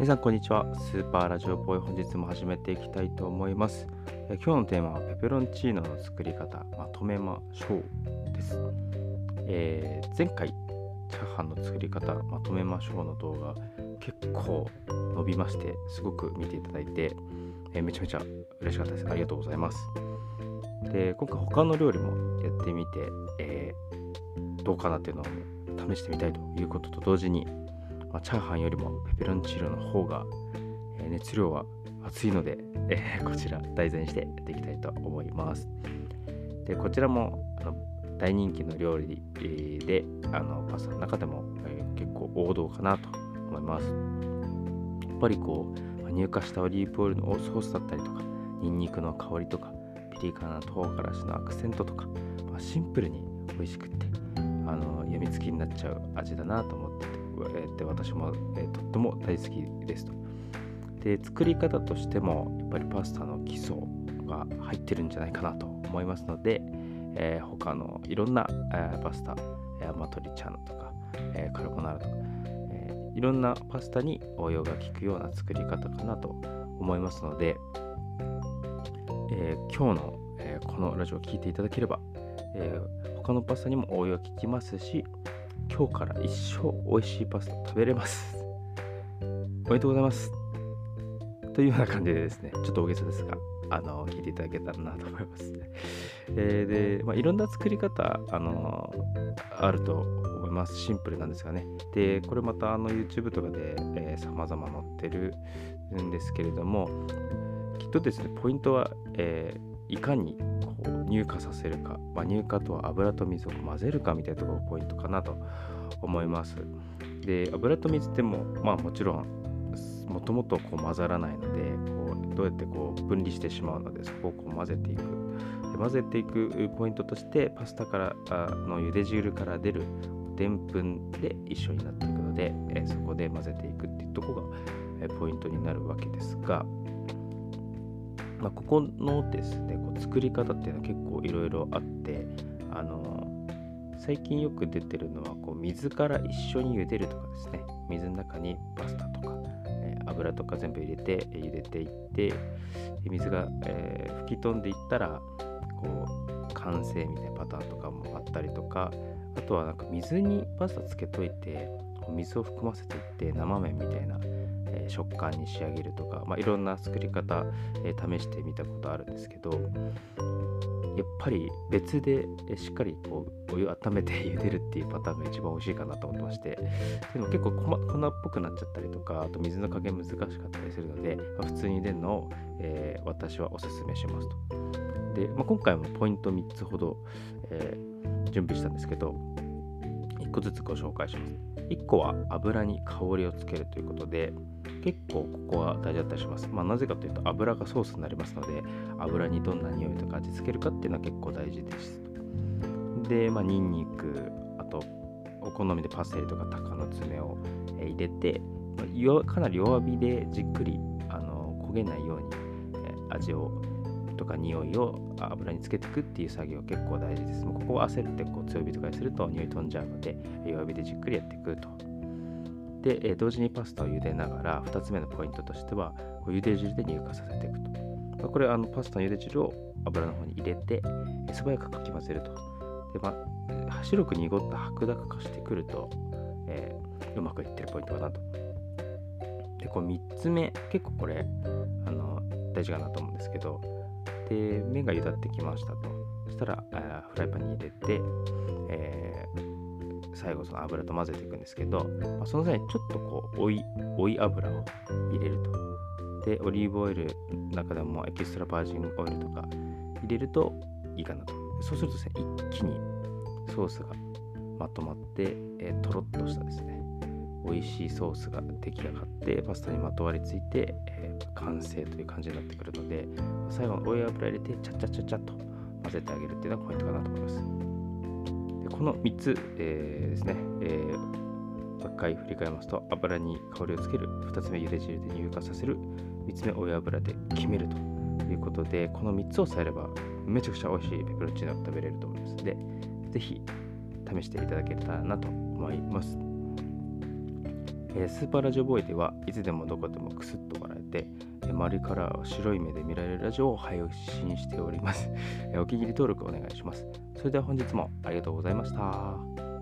皆さんこんにちは。スーパーラジオボーイ、本日も始めていきたいと思います。今日のテーマはペペロンチーノの作り方まとめましょうです。前回チャーハンの作り方まとめましょうの動画結構伸びまして、すごく見ていただいて、めちゃめちゃ嬉しかったです。ありがとうございます。で、今回他の料理もやってみて、どうかなっていうのを試してみたいということと同時に、チャーハンよりもペペロンチーノの方が、熱量は熱いので、こちら題材にしてやっていきたいと思います。で、こちらも大人気の料理、でパスタの中でも、結構王道かなと思います。やっぱり乳化したオリーブオイルのソースだったりとか、ニンニクの香りとか、ピリ辛な唐辛子のアクセントとか、シンプルに美味しくってやみつきになっちゃう味だなと思ってて、私も、とっても大好きですと。で、作り方としてもやっぱりパスタの基礎が入ってるんじゃないかなと思いますので、他のいろんな、パスタ、マトリチャーノとか、カルボナーラとか、いろんなパスタに応用が効くような作り方かなと思いますので、今日の、このラジオを聞いていただければ、他のパスタにも応用が効きますし、今日から一生美味しいパスタ食べれます。おめでとうございます。というような感じでですね、ちょっと大げさですが、聞いていただけたらなと思います。で、いろんな作り方、あると思います。シンプルなんですがね。で、これまたYouTube とかで、様々載ってるんですけれども、きっとですね、ポイントは、いかに乳化させるか、乳化とは油と水を混ぜるかみたいなところがポイントかなと思います。で、油と水ってもちろんもともと混ざらないので、どうやって分離してしまうので、そこを混ぜていく。で、混ぜていくポイントとして、パスタからの茹で汁から出るでんぷんで一緒になっていくので、そこで混ぜていくっていうところが、ポイントになるわけですが、ここのですね、作り方っていうのは結構いろいろあって、最近よく出てるのは水から一緒に茹でるとかですね。水の中にパスタとか、油とか全部入れて茹でていって、水が、吹き飛んでいったら完成みたいなパターンとかもあったりとか、あとは水にパスタつけといて水を含ませていって生麺みたいな食感に仕上げるとか、いろんな作り方、試してみたことあるんですけど、やっぱり別でしっかりお湯温めて茹でるっていうパターンが一番美味しいかなと思ってまして、でも結構粉っぽくなっちゃったりとか、あと水の加減難しかったりするので、普通に茹でるのを、私はおすすめしますと。で、今回もポイント3つほど、準備したんですけど、1個ずつご紹介します。1個は油に香りをつけるということで、結構ここは大事だったりします。なぜかというと、油がソースになりますので、油にどんな匂いとか味付けるかっていうのは結構大事です。で、ニンニク、あとお好みでパセリとか鷹の爪を入れて、かなり弱火でじっくり焦げないように味をとか匂いを油につけていくっていう作業結構大事です。ここを焦って強火とかにすると匂い飛んじゃうので、弱火でじっくりやっていくと。で、同時にパスタを茹でながら、2つ目のポイントとしては茹で汁で乳化させていくと。これパスタの茹で汁を油の方に入れて素早くかき混ぜると。で、白く濁った白濁化してくると、うまくいってるポイントかなと。で、3つ目、結構これ大事かなと思うんですけど、で、麺が茹だってきましたと。そしたらフライパンに入れて、最後その油と混ぜていくんですけど、その際にちょっと追い油を入れると。で、オリーブオイルの中でもエキストラバージンオイルとか入れるといいかなと。そうするとですね、一気にソースがまとまって、とろっとしたですね、美味しいソースが出来上がってパスタにまとわりついて、完成という感じになってくるので、最後の追い油入れてチャッチャッチャッチャッと混ぜてあげるっていうのがポイントかなと思います。で、この3つ、ですね、もう一回振り返りますと、油に香りをつける、2つ目茹で汁で乳化させる、3つ目追い油で決めるということで、この3つをさえればめちゃくちゃ美味しいペペロンチーノが食べれると思いますので、ぜひ試していただけたらなと思います。 スーパーラジオボーイではいつでもどこでもクスッと笑えて、丸いカラーを白い目で見られるラジオを配信しております。お気に入り登録お願いします。それでは本日もありがとうございました。